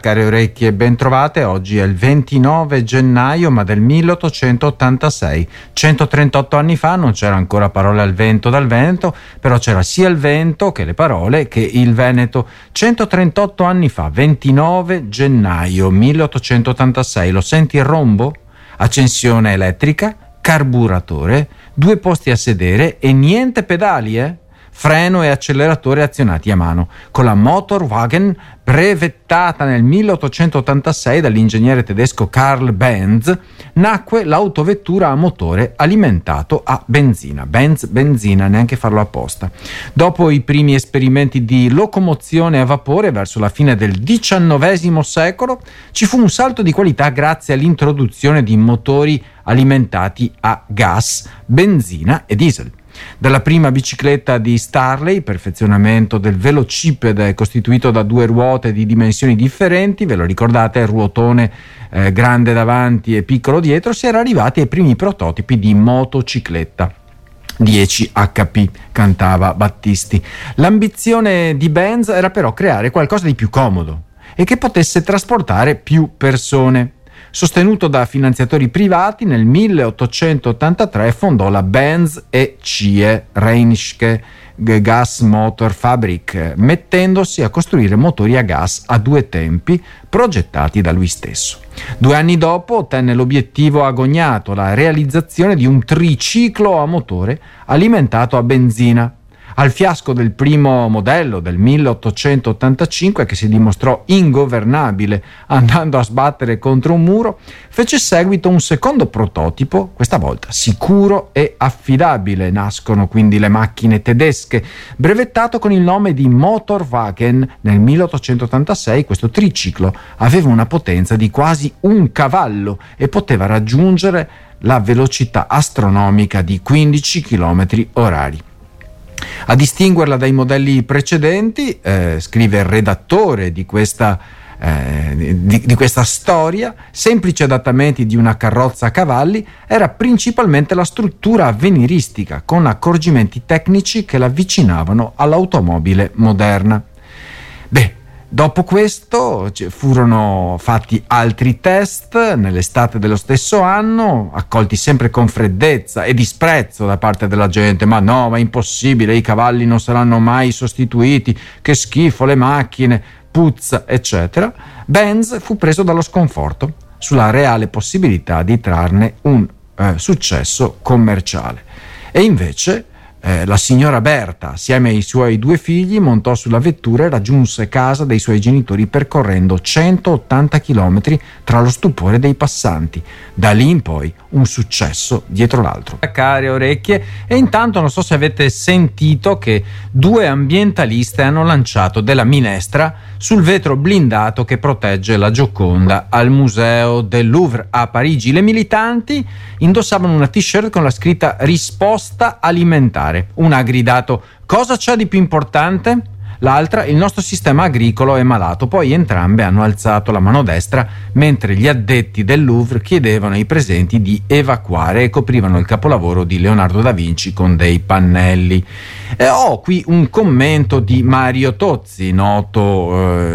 care orecchie, ben trovate. Oggi è il 29 gennaio ma del 1886. 138 anni fa non c'era ancora Parole al vento dal Veneto, però c'era sia il vento che le parole che il Veneto. 138 anni fa, 29 gennaio 1886. Lo senti il rombo? Accensione elettrica, carburatore, 2 posti a sedere e niente pedali, freno e acceleratore azionati a mano. Con la Motorwagen, brevettata nel 1886 dall'ingegnere tedesco Karl Benz, nacque l'autovettura a motore alimentato a benzina. Benzina, neanche farlo apposta. Dopo i primi esperimenti di locomozione a vapore verso la fine del XIX secolo, ci fu un salto di qualità grazie all'introduzione di motori alimentati a gas, benzina e diesel. Dalla prima bicicletta di Starley, perfezionamento del velocipede costituito da 2 ruote di dimensioni differenti, ve lo ricordate, ruotone grande davanti e piccolo dietro, si era arrivati ai primi prototipi di motocicletta. 10 HP, cantava Battisti. L'ambizione di Benz era però creare qualcosa di più comodo e che potesse trasportare più persone. Sostenuto da finanziatori privati, nel 1883 fondò la Benz e CIE Rheinische Gasmotorfabrik, mettendosi a costruire motori a gas a 2 tempi progettati da lui stesso. 2 anni dopo ottenne l'obiettivo agognato, la realizzazione di un triciclo a motore alimentato a benzina. Al fiasco del primo modello del 1885, che si dimostrò ingovernabile andando a sbattere contro un muro, fece seguito un secondo prototipo, questa volta sicuro e affidabile. Nascono quindi le macchine tedesche. Brevettato con il nome di Motorwagen nel 1886, questo triciclo aveva una potenza di quasi 1 cavallo e poteva raggiungere la velocità astronomica di 15 km/h. A distinguerla dai modelli precedenti, scrive il redattore di questa storia, semplici adattamenti di una carrozza a cavalli, era principalmente la struttura avveniristica, con accorgimenti tecnici che l'avvicinavano all'automobile moderna. Dopo questo furono fatti altri test nell'estate dello stesso anno, accolti sempre con freddezza e disprezzo da parte della gente. Ma no, ma è impossibile, i cavalli non saranno mai sostituiti, che schifo le macchine, puzza, eccetera. Benz fu preso dallo sconforto sulla reale possibilità di trarne un successo commerciale. E invece la signora Berta, assieme ai suoi 2 figli, montò sulla vettura e raggiunse casa dei suoi genitori percorrendo 180 chilometri tra lo stupore dei passanti. Da lì in poi un successo dietro l'altro. Care orecchie, e intanto non so se avete sentito che 2 ambientaliste hanno lanciato della minestra sul vetro blindato che protegge la Gioconda al Museo del Louvre a Parigi. Le militanti indossavano una t-shirt con la scritta risposta alimentare. Una ha gridato: cosa c'è di più importante? L'altra: il nostro sistema agricolo è malato. Poi entrambe hanno alzato la mano destra mentre gli addetti del Louvre chiedevano ai presenti di evacuare e coprivano il capolavoro di Leonardo da Vinci con dei pannelli. Ho qui un commento di Mario Tozzi, noto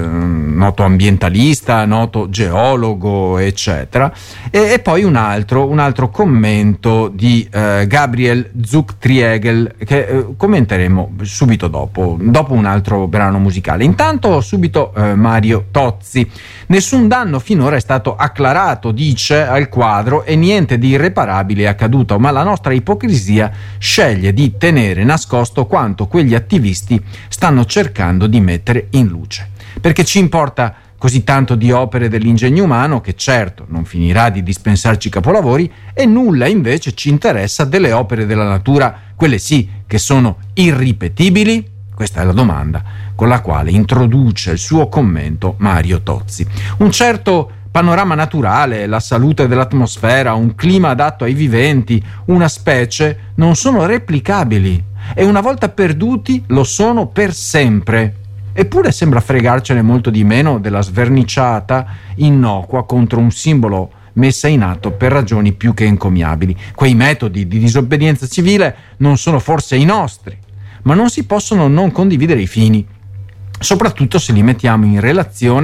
ambientalista, noto geologo, eccetera, e poi un altro commento di Gabriel Zucktriegel che commenteremo subito dopo un altro brano musicale. Intanto subito Mario Tozzi: nessun danno finora è stato acclarato, dice, al quadro, e niente di irreparabile è accaduto, ma la nostra ipocrisia sceglie di tenere nascosto quanto quegli attivisti stanno cercando di mettere in luce. Perché ci importa così tanto di opere dell'ingegno umano, che certo non finirà di dispensarci capolavori, e nulla invece ci interessa delle opere della natura, quelle sì che sono irripetibili? Questa è la domanda con la quale introduce il suo commento Mario Tozzi. Un certo panorama naturale, la salute dell'atmosfera, un clima adatto ai viventi, una specie non sono replicabili e una volta perduti lo sono per sempre. Eppure sembra fregarcene molto di meno della sverniciata innocua contro un simbolo messa in atto per ragioni più che encomiabili. Quei metodi di disobbedienza civile non sono forse i nostri, ma non si possono non condividere i fini, soprattutto se li mettiamo in relazione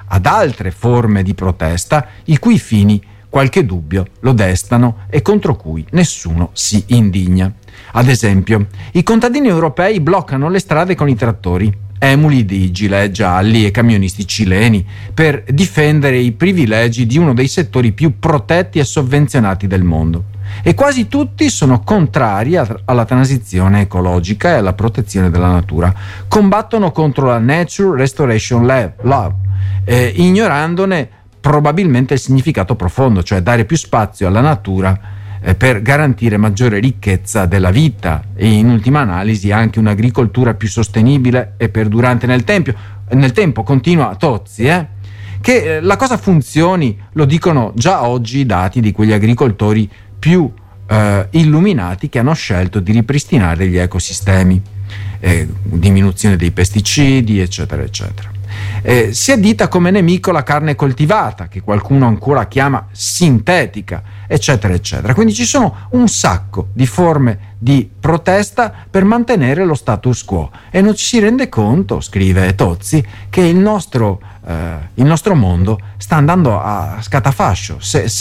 ad altre forme di protesta i cui fini qualche dubbio lo destano e contro cui nessuno si indigna. Ad esempio, i contadini europei bloccano le strade con i trattori, emuli di gilet gialli e camionisti cileni per difendere i privilegi di uno dei settori più protetti e sovvenzionati del mondo. E quasi tutti sono contrari alla transizione ecologica e alla protezione della natura. Combattono contro la Nature Restoration Law, ignorandone probabilmente il significato profondo, cioè dare più spazio alla natura per garantire maggiore ricchezza della vita e in ultima analisi anche un'agricoltura più sostenibile e perdurante nel tempo, continua Tozzi, che la cosa funzioni lo dicono già oggi i dati di quegli agricoltori più illuminati che hanno scelto di ripristinare gli ecosistemi, diminuzione dei pesticidi, eccetera eccetera. Si addita come nemico la carne coltivata, che qualcuno ancora chiama sintetica, eccetera eccetera. Quindi ci sono un sacco di forme di protesta per mantenere lo status quo e non ci si rende conto, scrive Tozzi, che il nostro mondo sta andando a scatafascio.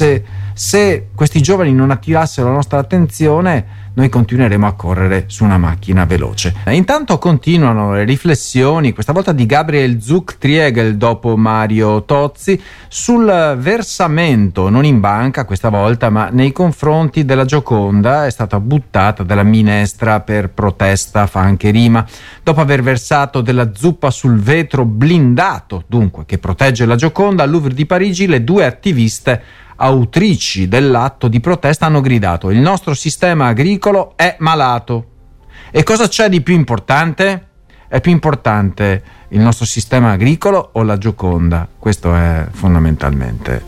Se questi giovani non attirassero la nostra attenzione, noi continueremo a correre su una macchina veloce. Intanto continuano le riflessioni, questa volta di Gabriel Zuck-Triegel dopo Mario Tozzi, sul versamento, non in banca questa volta, ma nei confronti della Gioconda. È stata buttata dalla minestra per protesta, fa anche rima, dopo aver versato della zuppa sul vetro blindato, dunque, che protegge la Gioconda. Al Louvre di Parigi le due attiviste autrici dell'atto di protesta hanno gridato: il nostro sistema agricolo è malato. E cosa c'è di più importante? È più importante il nostro sistema agricolo o la Gioconda? Questo è fondamentalmente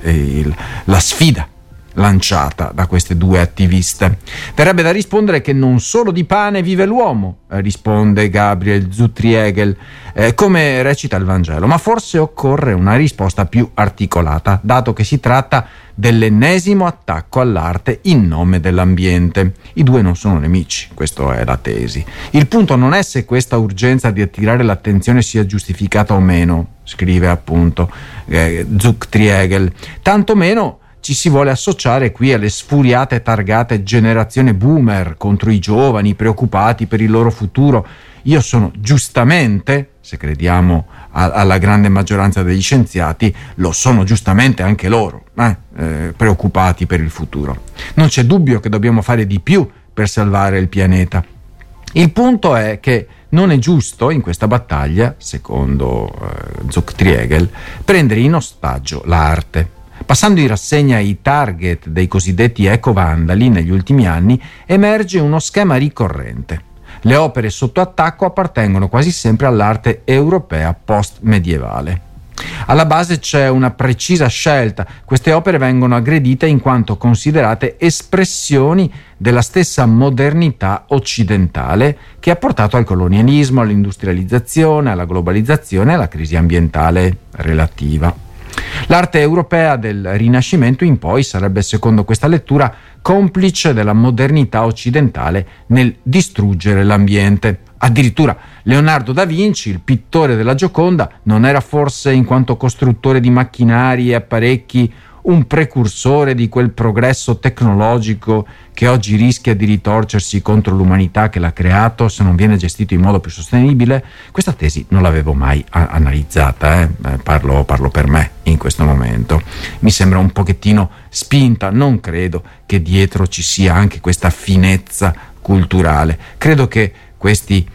la sfida lanciata da queste due attiviste. Verrebbe da rispondere che non solo di pane vive l'uomo, risponde Gabriel Zuck-Triegel, come recita il Vangelo, ma forse occorre una risposta più articolata, dato che si tratta dell'ennesimo attacco all'arte in nome dell'ambiente. I due non sono nemici, questa è la tesi. Il punto non è se questa urgenza di attirare l'attenzione sia giustificata o meno, scrive appunto Zuck-Triegel, tantomeno ci si vuole associare qui alle sfuriate targate generazione boomer contro i giovani preoccupati per il loro futuro. Io sono giustamente, se crediamo alla grande maggioranza degli scienziati, lo sono giustamente anche loro, preoccupati per il futuro. Non c'è dubbio che dobbiamo fare di più per salvare il pianeta. Il punto è che non è giusto in questa battaglia, secondo Zuck-Triegel, prendere in ostaggio l'arte. Passando in rassegna i target dei cosiddetti ecovandali negli ultimi anni, emerge uno schema ricorrente. Le opere sotto attacco appartengono quasi sempre all'arte europea post-medievale. Alla base c'è una precisa scelta: queste opere vengono aggredite in quanto considerate espressioni della stessa modernità occidentale che ha portato al colonialismo, all'industrializzazione, alla globalizzazione e alla crisi ambientale relativa. L'arte europea del Rinascimento in poi sarebbe, secondo questa lettura, complice della modernità occidentale nel distruggere l'ambiente. Addirittura Leonardo da Vinci, il pittore della Gioconda, non era forse, in quanto costruttore di macchinari e apparecchi, un precursore di quel progresso tecnologico che oggi rischia di ritorcersi contro l'umanità che l'ha creato se non viene gestito in modo più sostenibile? Questa tesi non l'avevo mai analizzata, parlo per me in questo momento. Mi sembra un pochettino spinta, non credo che dietro ci sia anche questa finezza culturale. Credo che questi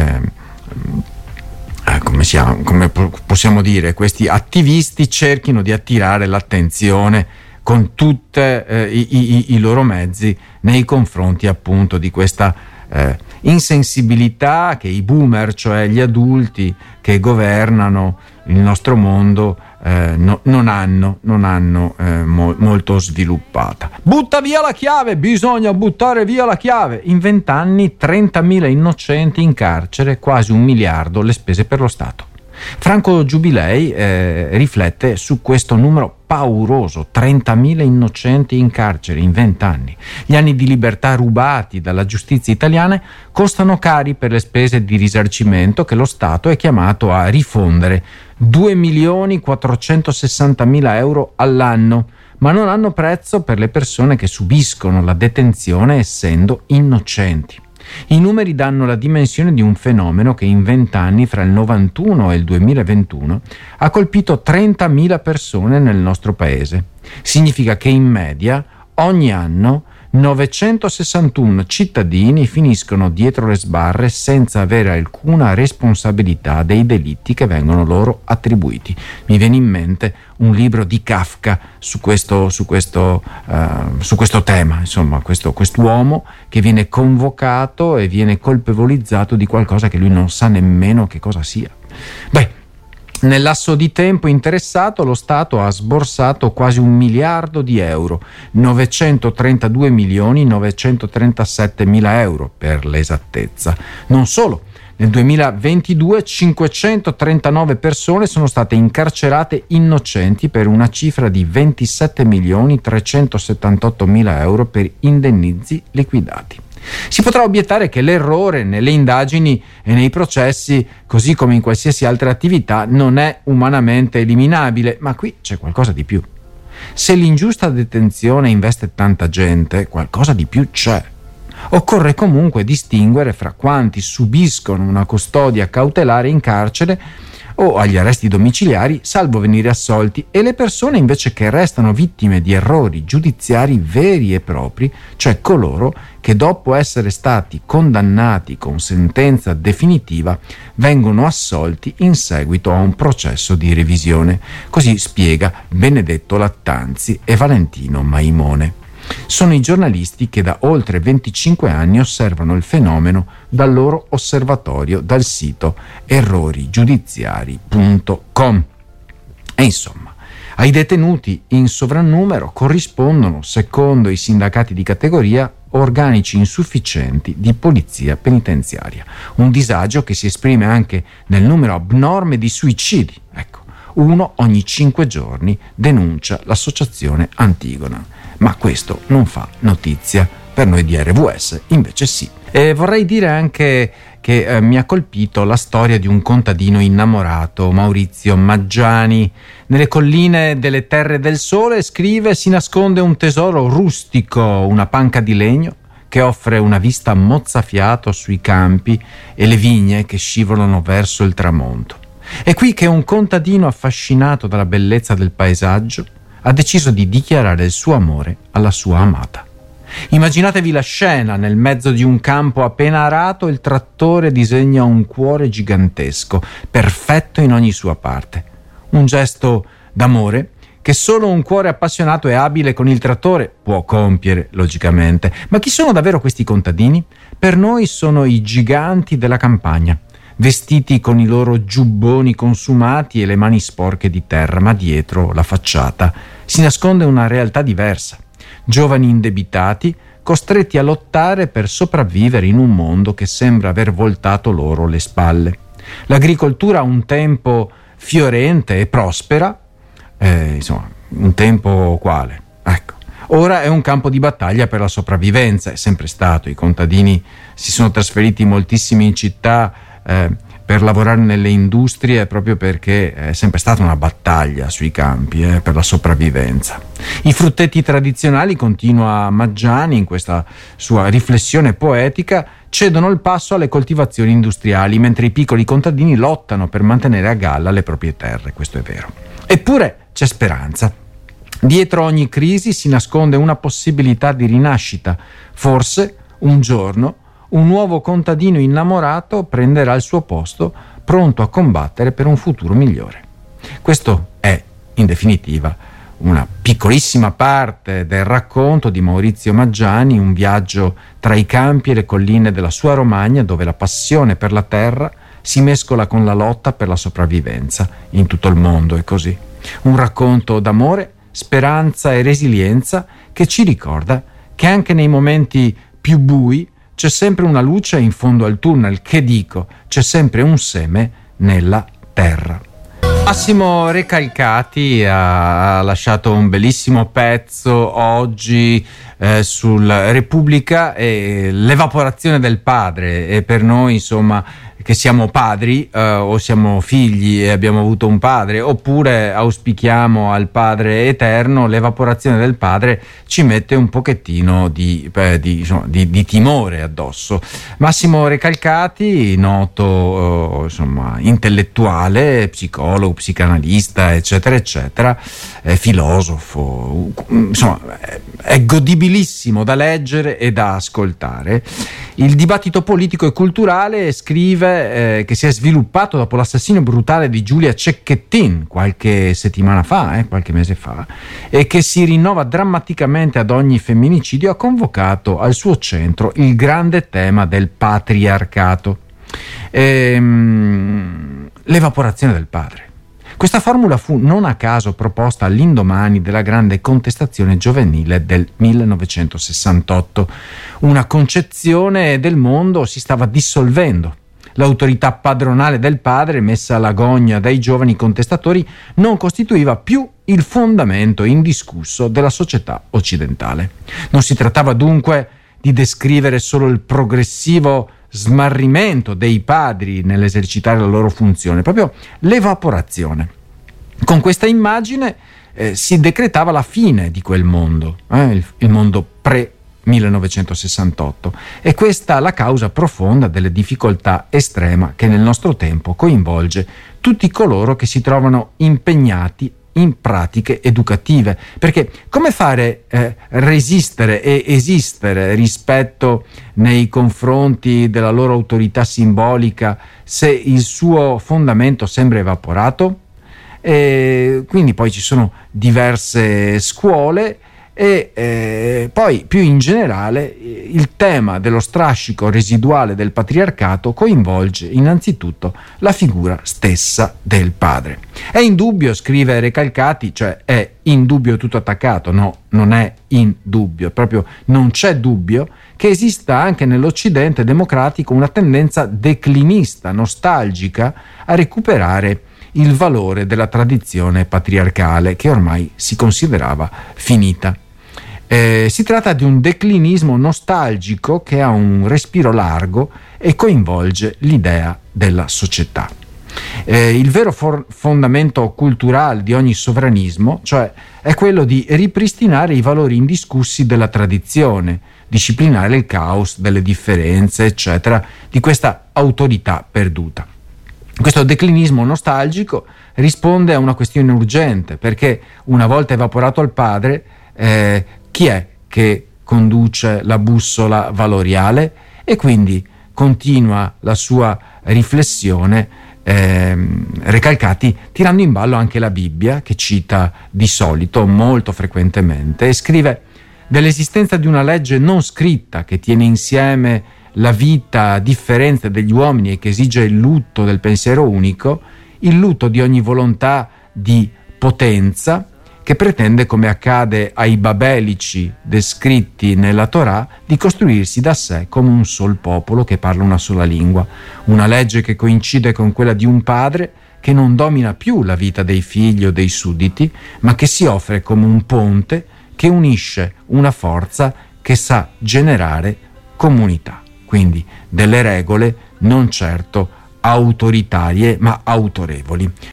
come possiamo dire, questi attivisti cerchino di attirare l'attenzione con tutti i loro mezzi nei confronti appunto di questa insensibilità che i boomer, cioè gli adulti che governano il nostro mondo, non hanno molto sviluppata. Butta via la chiave, bisogna buttare via la chiave. In 20 anni 30.000 innocenti in carcere, quasi 1 miliardo le spese per lo Stato. Franco Giubilei riflette su questo numero pauroso: 30.000 innocenti in carcere in 20 anni. Gli anni di libertà rubati dalla giustizia italiana costano cari per le spese di risarcimento che lo Stato è chiamato a rifondere, 2.460.000 euro all'anno, ma non hanno prezzo per le persone che subiscono la detenzione essendo innocenti. I numeri danno la dimensione di un fenomeno che in 20 anni, fra il 91 e il 2021, ha colpito 30.000 persone nel nostro paese. Significa che in media ogni anno 961 cittadini finiscono dietro le sbarre senza avere alcuna responsabilità dei delitti che vengono loro attribuiti. Mi viene in mente un libro di Kafka su questo tema, insomma, quest'uomo che viene convocato e viene colpevolizzato di qualcosa che lui non sa nemmeno che cosa sia. Nel lasso di tempo interessato lo Stato ha sborsato quasi 1 miliardo di euro, 932.937.000 euro per l'esattezza. Non solo, nel 2022 539 persone sono state incarcerate innocenti per una cifra di 27.378.000 euro per indennizi liquidati. Si potrà obiettare che l'errore nelle indagini e nei processi, così come in qualsiasi altra attività, non è umanamente eliminabile, ma qui c'è qualcosa di più. Se l'ingiusta detenzione investe tanta gente, qualcosa di più c'è. Occorre comunque distinguere fra quanti subiscono una custodia cautelare in carcere o agli arresti domiciliari, salvo venire assolti, e le persone invece che restano vittime di errori giudiziari veri e propri, cioè coloro che dopo essere stati condannati con sentenza definitiva vengono assolti in seguito a un processo di revisione. Così spiega Benedetto Lattanzi e Valentino Maimone. Sono i giornalisti che da oltre 25 anni osservano il fenomeno dal loro osservatorio dal sito errorigiudiziari.com. E insomma, ai detenuti in sovrannumero corrispondono, secondo i sindacati di categoria, organici insufficienti di polizia penitenziaria. Un disagio che si esprime anche nel numero abnorme di suicidi. Ecco, uno ogni 5 giorni denuncia l'associazione Antigona. Ma questo non fa notizia per noi di RVS, invece sì. E vorrei dire anche che mi ha colpito la storia di un contadino innamorato, Maurizio Maggiani. Nelle colline delle Terre del Sole, scrive, si nasconde un tesoro rustico, una panca di legno che offre una vista mozzafiato sui campi e le vigne che scivolano verso il tramonto. È qui che un contadino affascinato dalla bellezza del paesaggio ha deciso di dichiarare il suo amore alla sua amata. Immaginatevi la scena: nel mezzo di un campo appena arato il trattore disegna un cuore gigantesco, perfetto in ogni sua parte. Un gesto d'amore che solo un cuore appassionato e abile con il trattore può compiere, logicamente. Ma chi sono davvero questi contadini? Per noi sono i giganti della campagna, vestiti con i loro giubboni consumati e le mani sporche di terra, ma dietro la facciata si nasconde una realtà diversa. Giovani indebitati, costretti a lottare per sopravvivere in un mondo che sembra aver voltato loro le spalle. L'agricoltura un tempo fiorente e prospera, insomma, un tempo quale? Ecco. Ora è un campo di battaglia per la sopravvivenza, è sempre stato. I contadini si sono trasferiti moltissimi in città per lavorare nelle industrie, proprio perché è sempre stata una battaglia sui campi per la sopravvivenza. I frutteti tradizionali, continua Maggiani in questa sua riflessione poetica, cedono il passo alle coltivazioni industriali, mentre i piccoli contadini lottano per mantenere a galla le proprie terre. Questo è vero. Eppure c'è speranza. Dietro ogni crisi si nasconde una possibilità di rinascita. Forse un giorno un nuovo contadino innamorato prenderà il suo posto, pronto a combattere per un futuro migliore. Questo è, in definitiva, una piccolissima parte del racconto di Maurizio Maggiani, un viaggio tra i campi e le colline della sua Romagna, dove la passione per la terra si mescola con la lotta per la sopravvivenza. In tutto il mondo è così. Un racconto d'amore, speranza e resilienza che ci ricorda che anche nei momenti più bui c'è sempre una luce in fondo al tunnel, che dico, c'è sempre un seme nella terra. Massimo Recalcati ha lasciato un bellissimo pezzo oggi sul Repubblica, e l'evaporazione del padre. E per noi, insomma, che siamo padri o siamo figli e abbiamo avuto un padre, oppure auspichiamo al Padre eterno, l'evaporazione del padre ci mette un pochettino di timore addosso. Massimo Recalcati, noto insomma intellettuale, psicologo, psicanalista, eccetera eccetera, filosofo, insomma è godibilissimo da leggere e da ascoltare. Il dibattito politico e culturale, scrive, che si è sviluppato dopo l'assassinio brutale di Giulia Cecchettin qualche mese fa, e che si rinnova drammaticamente ad ogni femminicidio, ha convocato al suo centro il grande tema del patriarcato, l'evaporazione del padre. Questa formula fu non a caso proposta all'indomani della grande contestazione giovanile del 1968. Una concezione del mondo si stava dissolvendo. L'autorità padronale del padre, messa alla gogna dai giovani contestatori, non costituiva più il fondamento indiscusso della società occidentale. Non si trattava dunque di descrivere solo il progressivo smarrimento dei padri nell'esercitare la loro funzione, proprio l'evaporazione. Con questa immagine si decretava la fine di quel mondo, il mondo pre-1968, e questa la causa profonda delle difficoltà estrema che nel nostro tempo coinvolge tutti coloro che si trovano impegnati in pratiche educative, perché come fare resistere e esistere rispetto nei confronti della loro autorità simbolica se il suo fondamento sembra evaporato? E quindi poi ci sono diverse scuole, e poi più in generale il tema dello strascico residuale del patriarcato coinvolge innanzitutto la figura stessa del padre. È indubbio, scrive Recalcati, cioè è indubbio tutto attaccato, no, non è in dubbio, proprio non c'è dubbio che esista anche nell'Occidente democratico una tendenza declinista, nostalgica, a recuperare il valore della tradizione patriarcale che ormai si considerava finita. Si tratta di un declinismo nostalgico che ha un respiro largo e coinvolge l'idea della società. Il vero fondamento culturale di ogni sovranismo, cioè, è quello di ripristinare i valori indiscussi della tradizione, disciplinare il caos delle differenze, eccetera, di questa autorità perduta. Questo declinismo nostalgico risponde a una questione urgente, perché una volta evaporato il padre, chi è che conduce la bussola valoriale? E quindi continua la sua riflessione Recalcati tirando in ballo anche la Bibbia, che cita di solito molto frequentemente, e scrive: dell'esistenza di una legge non scritta che tiene insieme la vita differente degli uomini e che esige il lutto del pensiero unico, il lutto di ogni volontà di potenza che pretende, come accade ai babelici descritti nella Torah, di costruirsi da sé come un sol popolo che parla una sola lingua. Una legge che coincide con quella di un padre che non domina più la vita dei figli o dei sudditi, ma che si offre come un ponte che unisce una forza che sa generare comunità. Quindi delle regole non certo autoritarie ma autorevoli.